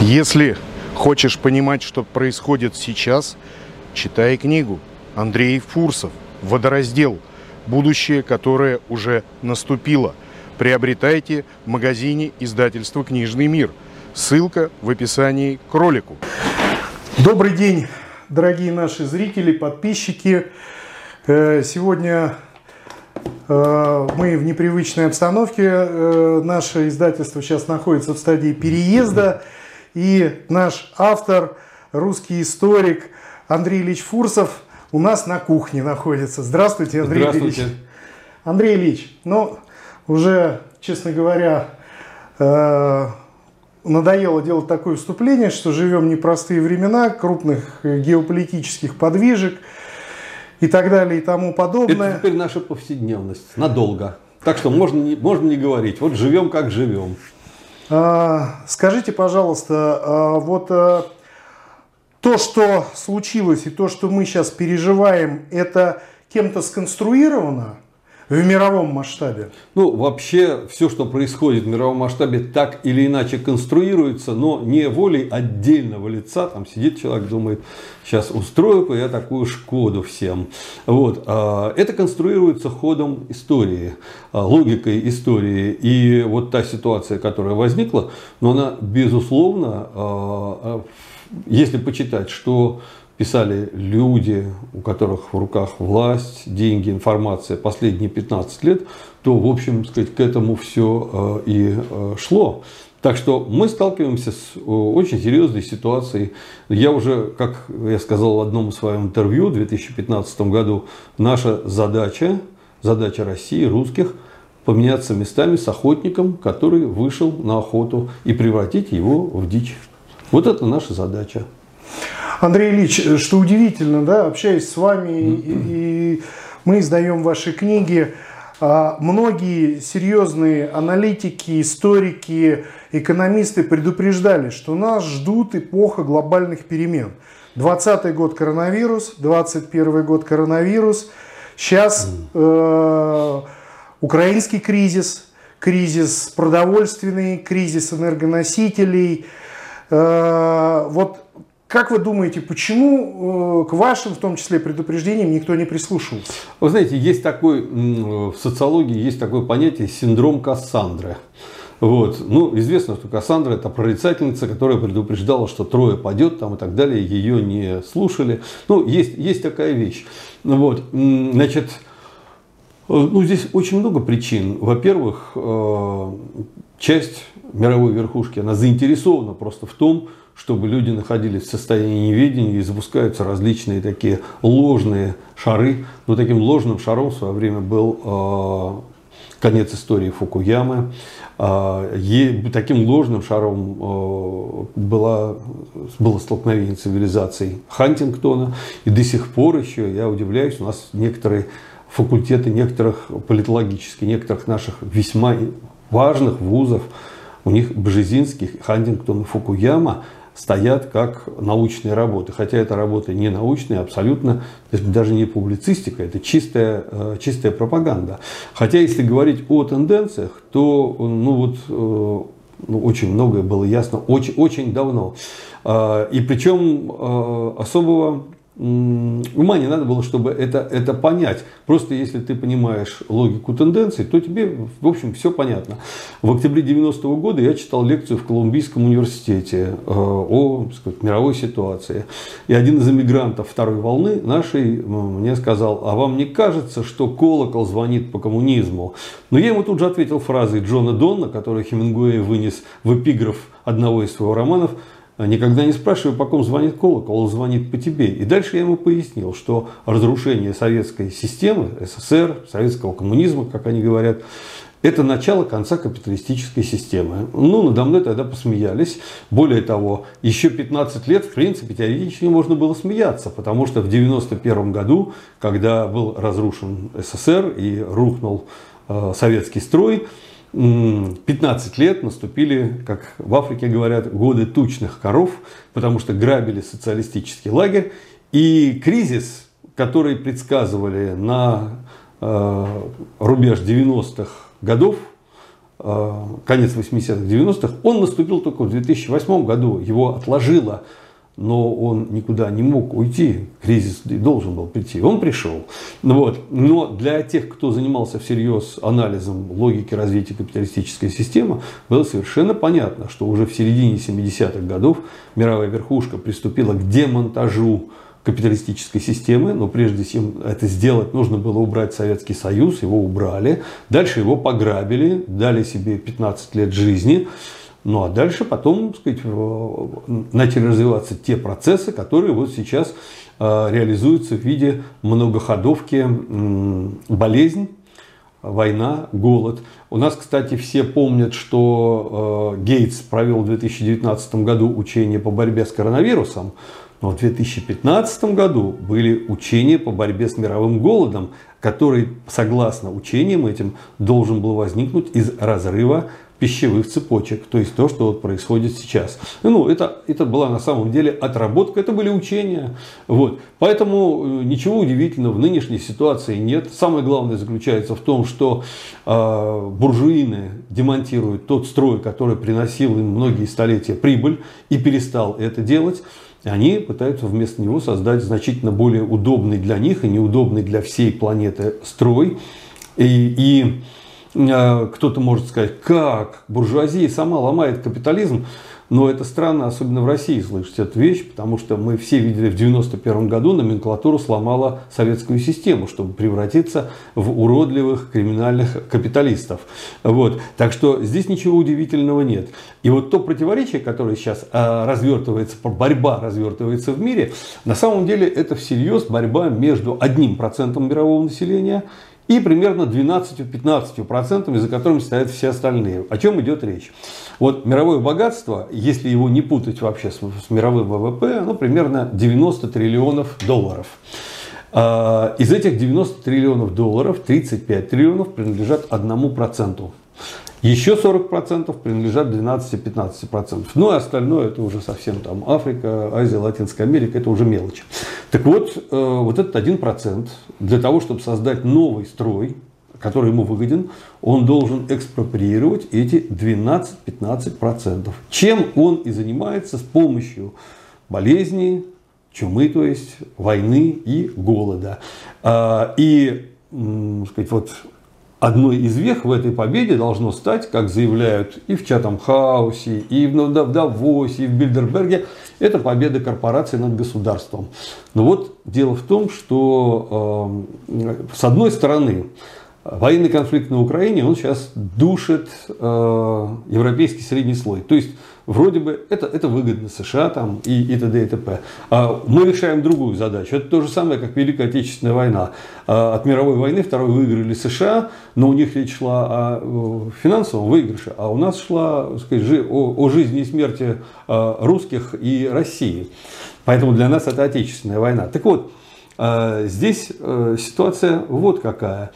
Если хочешь понимать, что происходит сейчас, читай книгу. Андрей Фурсов. Водораздел. Будущее, которое уже наступило. Приобретайте в магазине издательства «Книжный мир». Ссылка в описании к ролику. Добрый день, дорогие наши зрители, подписчики. Сегодня мы в непривычной обстановке. Наше издательство сейчас находится в стадии переезда. И наш автор, русский историк Андрей Ильич Фурсов у нас на кухне находится. Здравствуйте, Андрей Ильич. Андрей Ильич, уже, честно говоря, надоело делать такое вступление, что живем в непростые времена, крупных геополитических подвижек и так далее и тому подобное. Это теперь наша повседневность, надолго. Так что можно не говорить, вот живем как живем. Скажите, пожалуйста, то, что случилось и то, что мы сейчас переживаем, это кем-то сконструировано в мировом масштабе? Вообще, все, что происходит в мировом масштабе, так или иначе конструируется, но не волей отдельного лица. Там сидит человек, думает, сейчас устрою-ка я такую Шкоду всем. Это конструируется ходом истории, логикой истории. И вот та ситуация, которая возникла, но она, безусловно, если почитать, что писали люди, у которых в руках власть, деньги, информация последние 15 лет, то, в общем, к этому все и шло. Так что мы сталкиваемся с очень серьезной ситуацией. Я уже, как я сказал в одном своем интервью в 2015 году, наша задача России, русских, поменяться местами с охотником, который вышел на охоту, и превратить его в дичь. Вот это наша задача. Андрей Ильич, что удивительно, да, общаясь с вами, и мы издаем ваши книги, многие серьезные аналитики, историки, экономисты предупреждали, что нас ждут эпоха глобальных перемен. 2020 год коронавирус, 2021 год коронавирус, сейчас украинский кризис, кризис продовольственный, кризис энергоносителей. Как вы думаете, почему к вашим, в том числе, предупреждениям никто не прислушивался? Вы знаете, в социологии есть такое понятие синдром Кассандры. Известно, что Кассандра — это прорицательница, которая предупреждала, что Троя падет и так далее, ее не слушали. Есть такая вещь. Здесь очень много причин. Во-первых, часть мировой верхушки, она заинтересована просто в том, чтобы люди находились в состоянии неведения, и запускаются различные такие ложные шары. Таким ложным шаром в свое время был конец истории Фукуямы. Таким ложным шаром было столкновение цивилизаций Хантингтона. И до сих пор еще, я удивляюсь, у нас некоторые факультеты, некоторых политологических, некоторых наших весьма важных вузов, у них Бжезинский, Хантингтон и Фукуяма стоят как научные работы. Хотя это работы не научные, абсолютно, даже не публицистика, это чистая пропаганда. Хотя если говорить о тенденциях, то очень многое было ясно очень давно. И причем особого ума не надо было, чтобы это понять. Просто если ты понимаешь логику тенденций, то тебе, в общем, все понятно. В октябре 90-го года я читал лекцию в Колумбийском университете о мировой ситуации. И один из эмигрантов второй волны нашей мне сказал: а вам не кажется, что колокол звонит по коммунизму? Но я ему тут же ответил фразой Джона Донна, которую Хемингуэй вынес в эпиграф одного из своих романов: никогда не спрашивай, по ком звонит колокол, он звонит по тебе. И дальше я ему пояснил, что разрушение советской системы, СССР, советского коммунизма, как они говорят, это начало конца капиталистической системы. Надо мной тогда посмеялись. Более того, еще 15 лет, в принципе, теоретически можно было смеяться, потому что в 1991 году, когда был разрушен СССР и рухнул советский строй, 15 лет наступили, как в Африке говорят, годы тучных коров, потому что грабили социалистический лагерь. И кризис, который предсказывали на рубеж 90-х годов, конец 80-х, 90-х, он наступил только в 2008 году, его отложило, но он никуда не мог уйти, кризис должен был прийти, он пришел. Вот. Но для тех, кто занимался всерьез анализом логики развития капиталистической системы, было совершенно понятно, что уже в середине 70-х годов мировая верхушка приступила к демонтажу капиталистической системы, но прежде чем это сделать, нужно было убрать Советский Союз, его убрали, дальше его пограбили, дали себе 15 лет жизни, ну а дальше потом, так сказать, начали развиваться те процессы, которые вот сейчас реализуются в виде многоходовки, болезнь, война, голод. У нас, кстати, все помнят, что Гейтс провел в 2019 году учения по борьбе с коронавирусом, но в 2015 году были учения по борьбе с мировым голодом, который, согласно учениям этим, должен был возникнуть из разрыва пищевых цепочек, то есть то, что вот происходит сейчас. Ну, это была на самом деле отработка, это были учения. Вот. Поэтому ничего удивительного в нынешней ситуации нет. Самое главное заключается в том, что буржуины демонтируют тот строй, который приносил им многие столетия прибыль, и перестал это делать. Они пытаются вместо него создать значительно более удобный для них и неудобный для всей планеты строй. И кто-то может сказать, как буржуазия сама ломает капитализм. Но это странно, особенно в России, слышать эту вещь, потому что мы все видели в 1991 году номенклатуру сломала советскую систему, чтобы превратиться в уродливых криминальных капиталистов. Вот. Так что здесь ничего удивительного нет. И вот то противоречие, которое сейчас развертывается, борьба развертывается в мире, на самом деле это всерьез борьба между 1% мирового населения и примерно 12-15%, за которыми стоят все остальные. О чем идет речь? Вот мировое богатство, если его не путать вообще с мировым ВВП, оно примерно 90 триллионов долларов. Из этих 90 триллионов долларов 35 триллионов принадлежат 1%. Еще 40% принадлежат 12-15%. Ну и остальное это уже совсем там Африка, Азия, Латинская Америка, это уже мелочи. Так вот, вот этот 1% для того, чтобы создать новый строй, который ему выгоден, он должен экспроприировать эти 12-15%. Чем он и занимается с помощью болезней, чумы, то есть войны и голода. И, сказать, вот одной из вех в этой победе должно стать, как заявляют и в Чатам-хаусе, и в Давосе, и в Бильдерберге, это победа корпораций над государством. Но вот дело в том, что с одной стороны, военный конфликт на Украине, он сейчас душит европейский средний слой. То есть, вроде бы, это выгодно США там, и т.д. и т.п. Мы решаем другую задачу. Это то же самое, как Великая Отечественная война. От мировой войны второй выиграли США, но у них речь шла о финансовом выигрыше, а у нас шла, так сказать, о жизни и смерти русских и России. Поэтому для нас это Отечественная война. Так вот, здесь ситуация вот какая.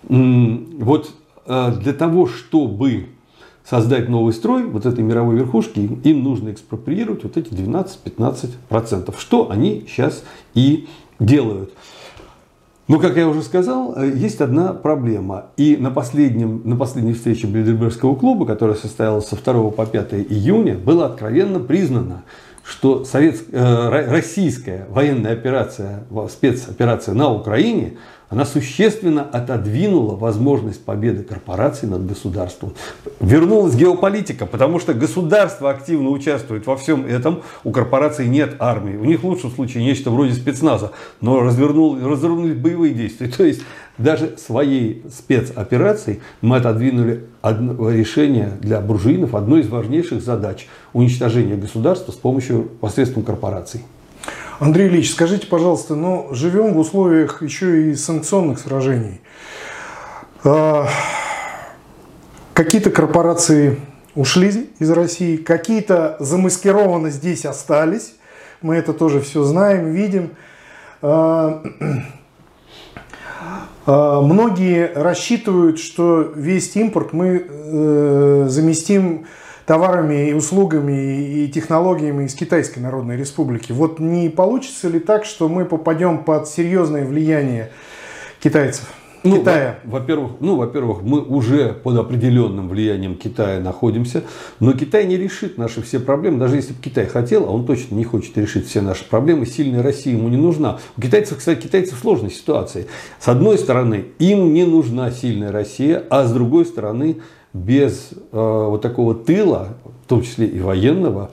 Вот для того, чтобы создать новый строй вот этой мировой верхушки, им нужно экспроприировать вот эти 12-15%, что они сейчас и делают. Но, как я уже сказал, есть одна проблема. И на последней встрече Бильдербергского клуба, которая состоялась со 2 по 5 июня, было откровенно признано, что российская военная операция, спецоперация на Украине, она существенно отодвинула возможность победы корпораций над государством. Вернулась геополитика, потому что государство активно участвует во всем этом. У корпораций нет армии. У них в лучшем случае нечто вроде спецназа, но развернулись боевые действия. То есть даже своей спецоперацией мы отодвинули решение для буржуинов одной из важнейших задач – уничтожения государства посредством корпораций. Андрей Ильич, скажите, пожалуйста, живем в условиях еще и санкционных сражений. Какие-то корпорации ушли из России, какие-то замаскированно здесь остались. Мы это тоже все знаем, видим. Многие рассчитывают, что весь импорт мы заместим товарами и услугами и технологиями из Китайской Народной Республики. Вот не получится ли так, что мы попадем под серьезное влияние китайцев? Китая? Во-первых, мы уже под определенным влиянием Китая находимся, но Китай не решит наши все проблемы, даже если бы Китай хотел, а он точно не хочет решить все наши проблемы, сильная Россия ему не нужна. У китайцев, кстати, в сложной ситуации. С одной стороны, им не нужна сильная Россия, а с другой стороны, без вот такого тыла, в том числе и военного,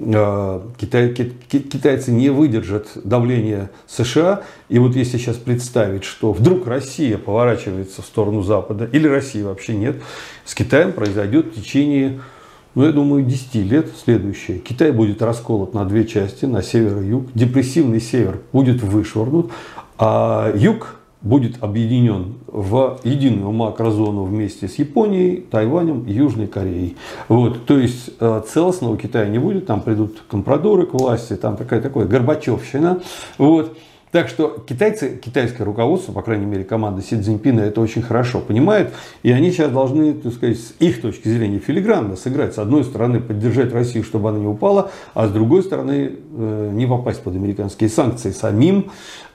китайцы не выдержат давления США. И вот если сейчас представить, что вдруг Россия поворачивается в сторону Запада, или России вообще нет, с Китаем произойдет в течение, я думаю, 10 лет следующее. Китай будет расколот на две части, на север и юг. Депрессивный север будет вышвырнут, а юг будет объединен в единую макрозону вместе с Японией, Тайванем и Южной Кореей. Вот. То есть целостного Китая не будет, там придут компрадоры к власти, там такая горбачевщина. Вот. Так что китайское руководство, по крайней мере команда Си Цзиньпина, это очень хорошо понимает. И они сейчас должны, так сказать, с их точки зрения филигранно сыграть. С одной стороны поддержать Россию, чтобы она не упала, а с другой стороны не попасть под американские санкции самим,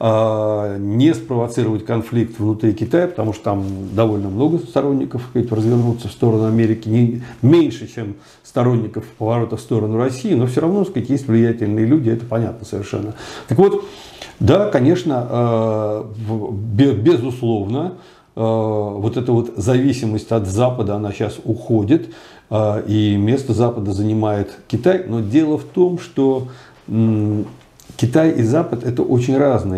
не спровоцировать конфликт внутри Китая, потому что там довольно много сторонников развернуться в сторону Америки, не меньше, чем сторонников поворота в сторону России, но все равно, так сказать, есть влиятельные люди, это понятно совершенно. Так вот, да, конечно, безусловно, вот эта вот зависимость от Запада, она сейчас уходит, и место Запада занимает Китай. Но дело в том, что Китай и Запад – это очень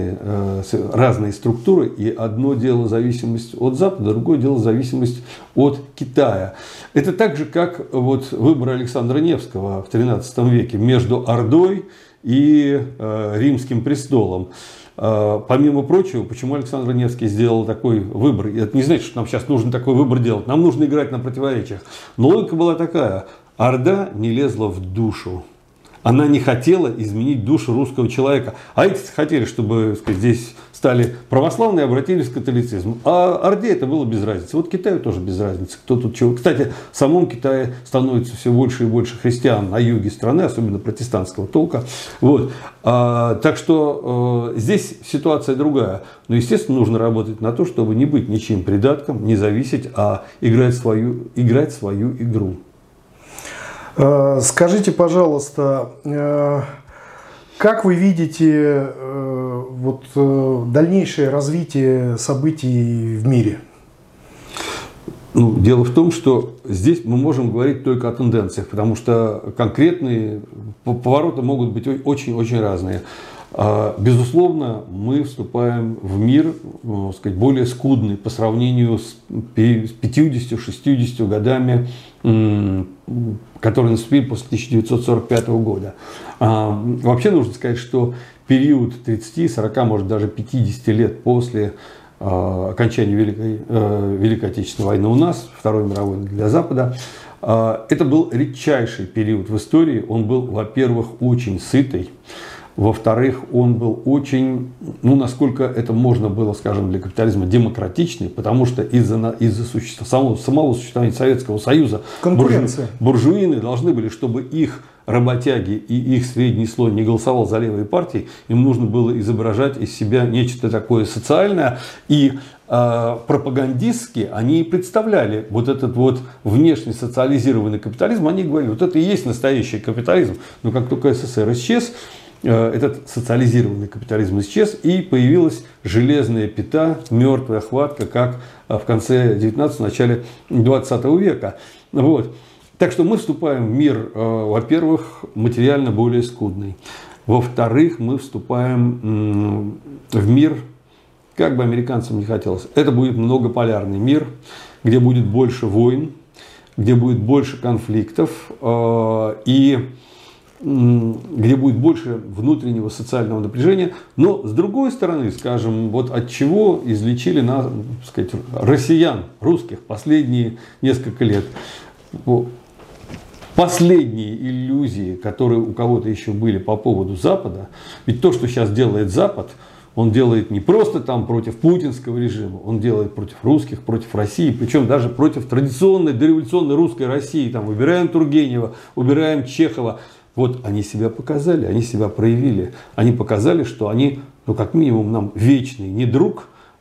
разные структуры, и одно дело зависимость от Запада, другое дело зависимость от Китая. Это так же, как вот выбор Александра Невского в XIII веке между Ордой и Римским престолом. Помимо прочего, почему Александр Невский сделал такой выбор? Это не значит, что нам сейчас нужно такой выбор делать. Нам нужно играть на противоречиях. Но логика была такая. Орда не лезла в душу. Она не хотела изменить душу русского человека. А эти хотели, чтобы, сказать, здесь стали православные и обратились к католицизму. А Орде это было без разницы. Вот Китаю тоже без разницы, кто тут чего. Кстати, в самом Китае становится все больше и больше христиан на юге страны, особенно протестантского толка. Вот. Так что здесь ситуация другая. Но, естественно, нужно работать на то, чтобы не быть ничьим придатком, не зависеть, а играть свою игру. Скажите, пожалуйста, как вы видите дальнейшее развитие событий в мире? Дело в том, что здесь мы можем говорить только о тенденциях, потому что конкретные повороты могут быть очень-очень разные. Безусловно, мы вступаем в мир, сказать, более скудный по сравнению с 50-60 годами, которые наступили после 1945 года. Вообще нужно сказать, что период 30, 40, может даже 50 лет после окончания Великой Отечественной войны у нас, Второй мировой для Запада, это был редчайший период в истории. Он был, во-первых, очень сытый. Во-вторых, он был очень, насколько это можно было, скажем, для капитализма, демократичный, потому что из-за самого существования Советского Союза буржуины должны были, чтобы их работяги и их средний слой не голосовал за левые партии, им нужно было изображать из себя нечто такое социальное, и пропагандистски они представляли вот этот вот внешне социализированный капитализм, они говорили, вот это и есть настоящий капитализм. Но как только СССР исчез, этот социализированный капитализм исчез, и появилась железная пята, мертвая хватка, как в конце 19-го, начале 20 века. Вот. Так что мы вступаем в мир, во-первых, материально более скудный. Во-вторых, мы вступаем в мир, как бы американцам не хотелось, это будет многополярный мир, где будет больше войн, где будет больше конфликтов, и где будет больше внутреннего социального напряжения. Но с другой стороны, скажем, вот от чего излечили нас, так сказать, россиян, русских последние несколько лет. Последние иллюзии, которые у кого-то еще были по поводу Запада, ведь то, что сейчас делает Запад, он делает не просто там против путинского режима, он делает против русских, против России, причем даже против традиционной дореволюционной русской России. Там убираем Тургенева, убираем Чехова. Вот они себя показали, они себя проявили. Они показали, что они, как минимум, нам вечный не друг,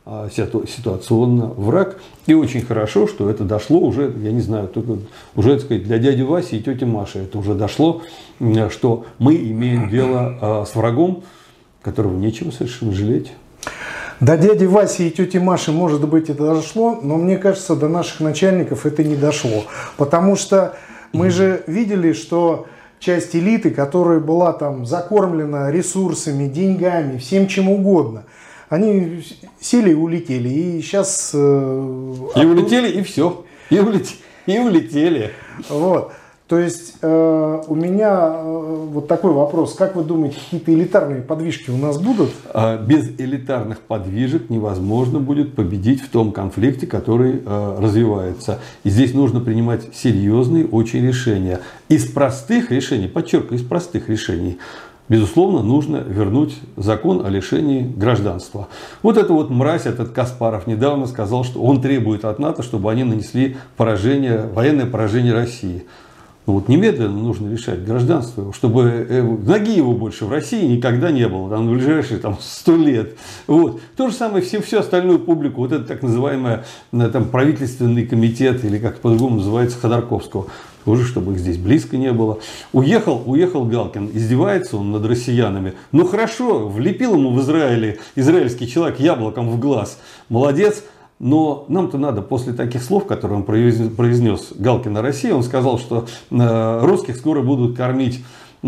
ситуационно враг. И очень хорошо, что это дошло уже, я не знаю, только уже, так сказать, для дяди Васи и тети Маши это уже дошло, что мы имеем дело с врагом, которого нечего совершенно жалеть. До дяди Васи и тети Маши, может быть, это дошло, но мне кажется, до наших начальников это не дошло. Потому что мы же видели, что часть элиты, которая была там закормлена ресурсами, деньгами, всем чем угодно, они сели и улетели. И сейчас... И улетели, и все. И улетели. Вот. То есть у меня вот такой вопрос. Как вы думаете, какие-то элитарные подвижки у нас будут? Без элитарных подвижек невозможно будет победить в том конфликте, который развивается. И здесь нужно принимать серьезные очень решения. Из простых решений, подчеркиваю, из простых решений, безусловно, нужно вернуть закон о лишении гражданства. Вот эта вот мразь, этот Каспаров недавно сказал, что он требует от НАТО, чтобы они нанесли военное поражение России. Ну вот немедленно нужно решать гражданство, чтобы ноги его больше в России никогда не было, там, в ближайшие 100 лет. Вот. То же самое всю остальную публику, вот это так называемый там, правительственный комитет, или как по-другому называется, Ходорковского, тоже, чтобы их здесь близко не было. Уехал Галкин, издевается он над россиянами. Ну хорошо, влепил ему в Израиле израильский человек яблоком в глаз, молодец. Но нам-то надо после таких слов, которые он произнес Галкин о России, он сказал, что русских скоро будут кормить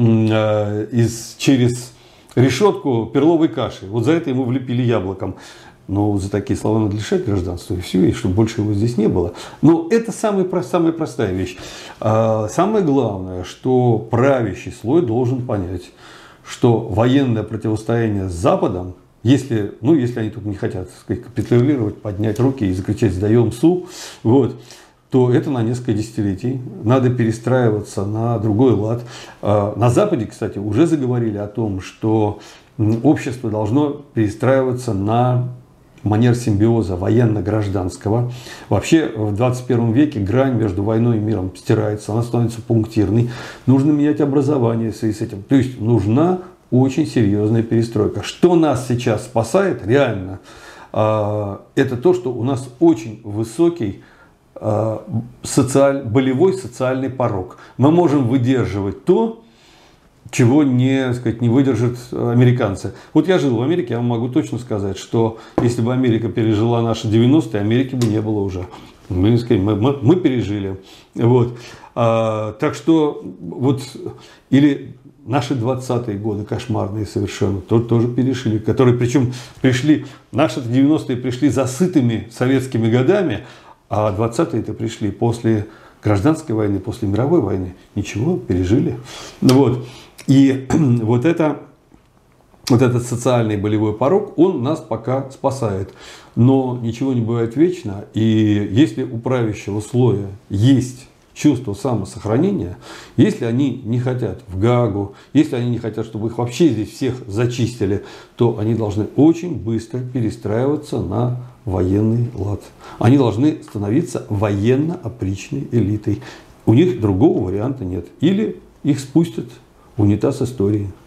через решетку перловой кашей. Вот за это ему влепили яблоком. Но за такие слова надо лишать гражданства, и все, и чтобы больше его здесь не было. Но это самая простая вещь. Самое главное, что правящий слой должен понять, что военное противостояние с Западом, если они только не хотят, так сказать, капитулировать, поднять руки и закричать «сдаем СУ», вот, то это на несколько десятилетий. Надо перестраиваться на другой лад. На Западе, кстати, уже заговорили о том, что общество должно перестраиваться на манер симбиоза военно-гражданского. Вообще в 21 веке грань между войной и миром стирается, она становится пунктирной. Нужно менять образование в связи с этим. То есть нужна очень серьезная перестройка. Что нас сейчас спасает реально, это то, что у нас очень высокий болевой социальный порог. Мы можем выдерживать то, чего не выдержат американцы. Вот я жил в Америке, я вам могу точно сказать, что если бы Америка пережила наши 90-е, Америки бы не было уже. Мы пережили. Вот. Так что вот или наши 20-е годы кошмарные совершенно тоже перешли, которые причем наши 90-е пришли засытыми советскими годами, а 20-е-то пришли после гражданской войны, после мировой войны. Ничего, пережили. Вот. И вот этот социальный болевой порог, он нас пока спасает. Но ничего не бывает вечно. И если у правящего слоя есть чувство самосохранения, если они не хотят в Гаагу, если они не хотят, чтобы их вообще здесь всех зачистили, то они должны очень быстро перестраиваться на военный лад. Они должны становиться военно-опричной элитой. У них другого варианта нет. Или их спустят в унитаз истории.